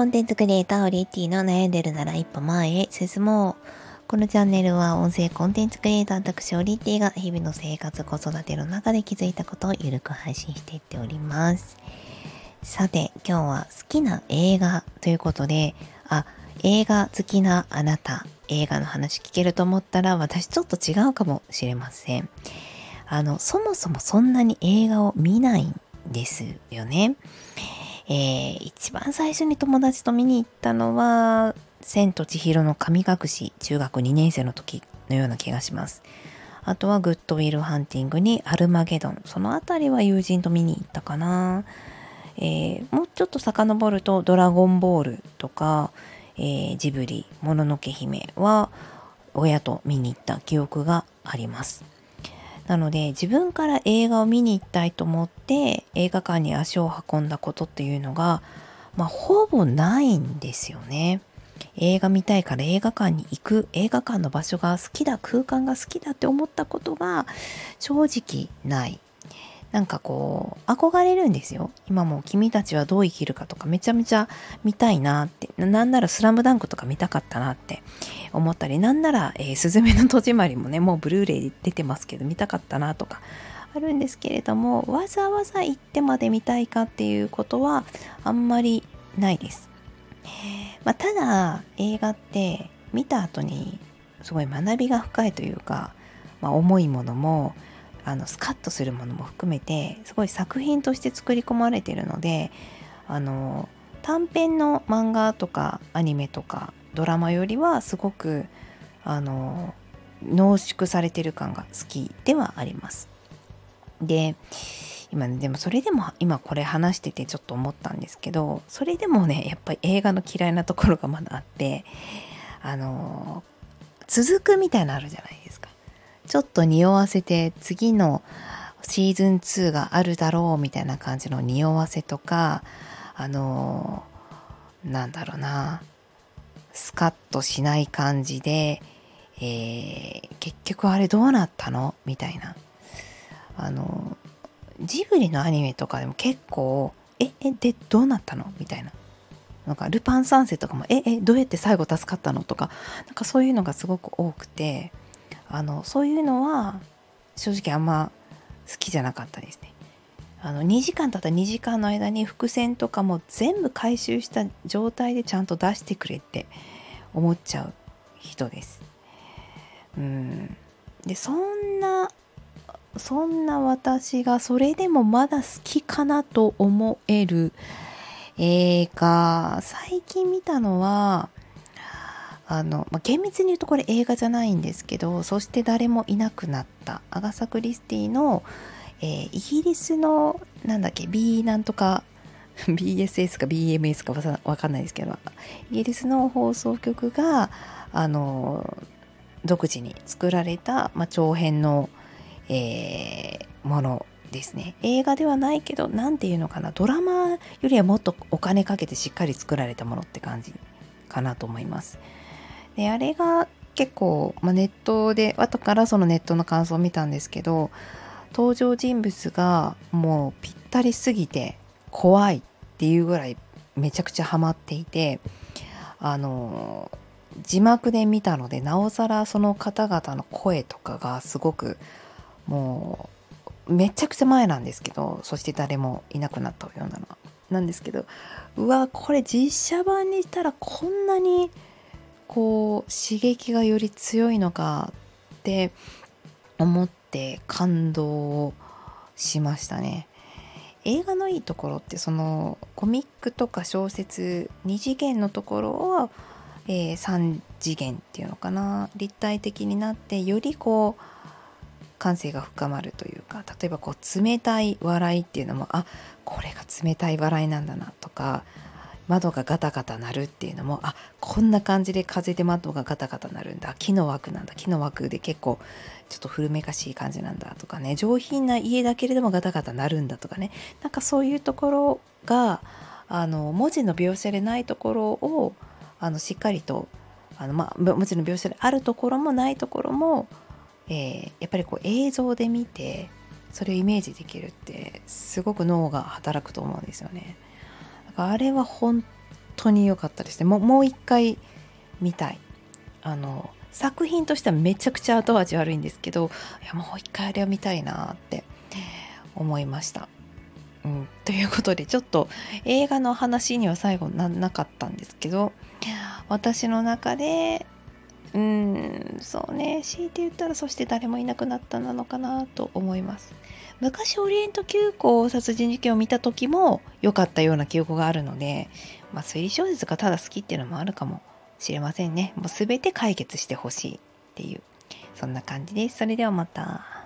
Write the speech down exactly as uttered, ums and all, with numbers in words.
コンテンツクリエイターオリエティの悩んでるなら一歩前へ進もう。このチャンネルは音声コンテンツクリエイター私オリエティが日々の生活子育ての中で気づいたことをゆるく配信していっております。さて今日は好きな映画ということで、あ、映画好きなあなた、映画の話聞けると思ったら私ちょっと違うかもしれません。あのそもそもそんなに映画を見ないんですよね。えー、一番最初に友達と見に行ったのは千と千尋の神隠し、中学にねん生の時のような気がします。あとはグッドウィルハンティングにアルマゲドン、そのあたりは友人と見に行ったかな。えー、もうちょっと遡るとドラゴンボールとか、えー、ジブリ、もののけ姫は親と見に行った記憶があります。なので自分から映画を見に行きたいと思って映画館に足を運んだことっていうのが、まあ、ほぼないんですよね。映画見たいから映画館に行く、映画館の場所が好きだ、空間が好きだって思ったことが正直ない。なんかこう憧れるんですよ。今も君たちはどう生きるかとかめちゃめちゃ見たいなって、なんならスラムダンクとか見たかったなって思ったり、なんなら、えー、すずめの戸締まりもね、もうブルーレイで出てますけど見たかったなとかあるんですけれども、わざわざ行ってまで見たいかっていうことはあんまりないです。まあ、ただ映画って見た後にすごい学びが深いというか、まあ、重いものもあのスカッとするものも含めてすごい作品として作り込まれているので、あの短編の漫画とかアニメとかドラマよりはすごくあの濃縮されてる感が好きではあります。で今ね、でもそれでも今これ話しててちょっと思ったんですけど、それでもねやっぱり映画の嫌いなところがまだあって、あの続くみたいなのあるじゃないですか。ちょっと匂わせて次のシーズンツーがあるだろうみたいな感じの匂わせとか、あのなんだろうな、スカッとしない感じで、えー、結局あれどうなったのみたいな、あのジブリのアニメとかでも結構ええでどうなったのみたいな、なんかルパン三世とかもええどうやって最後助かったのとか、なんかそういうのがすごく多くて、あのそういうのは正直あんま好きじゃなかったですね。あのにじかんたったにじかんの間に伏線とかも全部回収した状態でちゃんと出してくれって思っちゃう人です。うんでそんなそんな私がそれでもまだ好きかなと思える映画、最近見たのはあの、まあ、厳密に言うとこれ映画じゃないんですけど、そして誰もいなくなったアガサ・クリスティの、えー、イギリスのなんだっけ B なんとかビーエスエス か ビーエムエス かわかんないですけど、イギリスの放送局があの独自に作られた、まあ、長編のえー、ものですね。映画ではないけど、なんていうのかな、ドラマよりはもっとお金かけてしっかり作られたものって感じかなと思います。で、あれが結構、まあ、ネットで後からそのネットの感想を見たんですけど、登場人物がもうぴったりすぎて怖いっていうぐらいめちゃくちゃハマっていて、あの字幕で見たのでなおさらその方々の声とかがすごくもうめちゃくちゃ前なんですけど、そして誰もいなくなったようなのなんですけど、うわこれ実写版にしたらこんなにこう刺激がより強いのかって思って感動しましたね。映画のいいところってそのコミックとか小説に次元のところを、えー、さん次元っていうのかな、立体的になってよりこう感性が深まるというか、例えばこう冷たい笑いっていうのも、あこれが冷たい笑いなんだなとか、窓がガタガタ鳴るっていうのも、あこんな感じで風で窓がガタガタ鳴るんだ、木の枠なんだ、木の枠で結構ちょっと古めかしい感じなんだとかね、上品な家だけれどもガタガタ鳴るんだとかね、なんかそういうところがあの文字の描写でないところをあのしっかりとあの、まあ、文字の描写であるところもないところもえー、やっぱりこう映像で見てそれをイメージできるってすごく脳が働くと思うんですよね。だからあれは本当に良かったですね。もう、もう一回見たい。あの作品としてはめちゃくちゃ後味悪いんですけど、いやもう一回あれを見たいなって思いました。うん、ということでちょっと映画の話には最後ななかったんですけど、私の中でうーんそうね、強いて言ったらそして誰もいなくなったなのかなと思います。昔オリエント急行殺人事件を見た時も良かったような記憶があるので、まあ、推理小説がただ好きっていうのもあるかもしれませんね。もう全て解決してほしいっていう、そんな感じです。それではまた。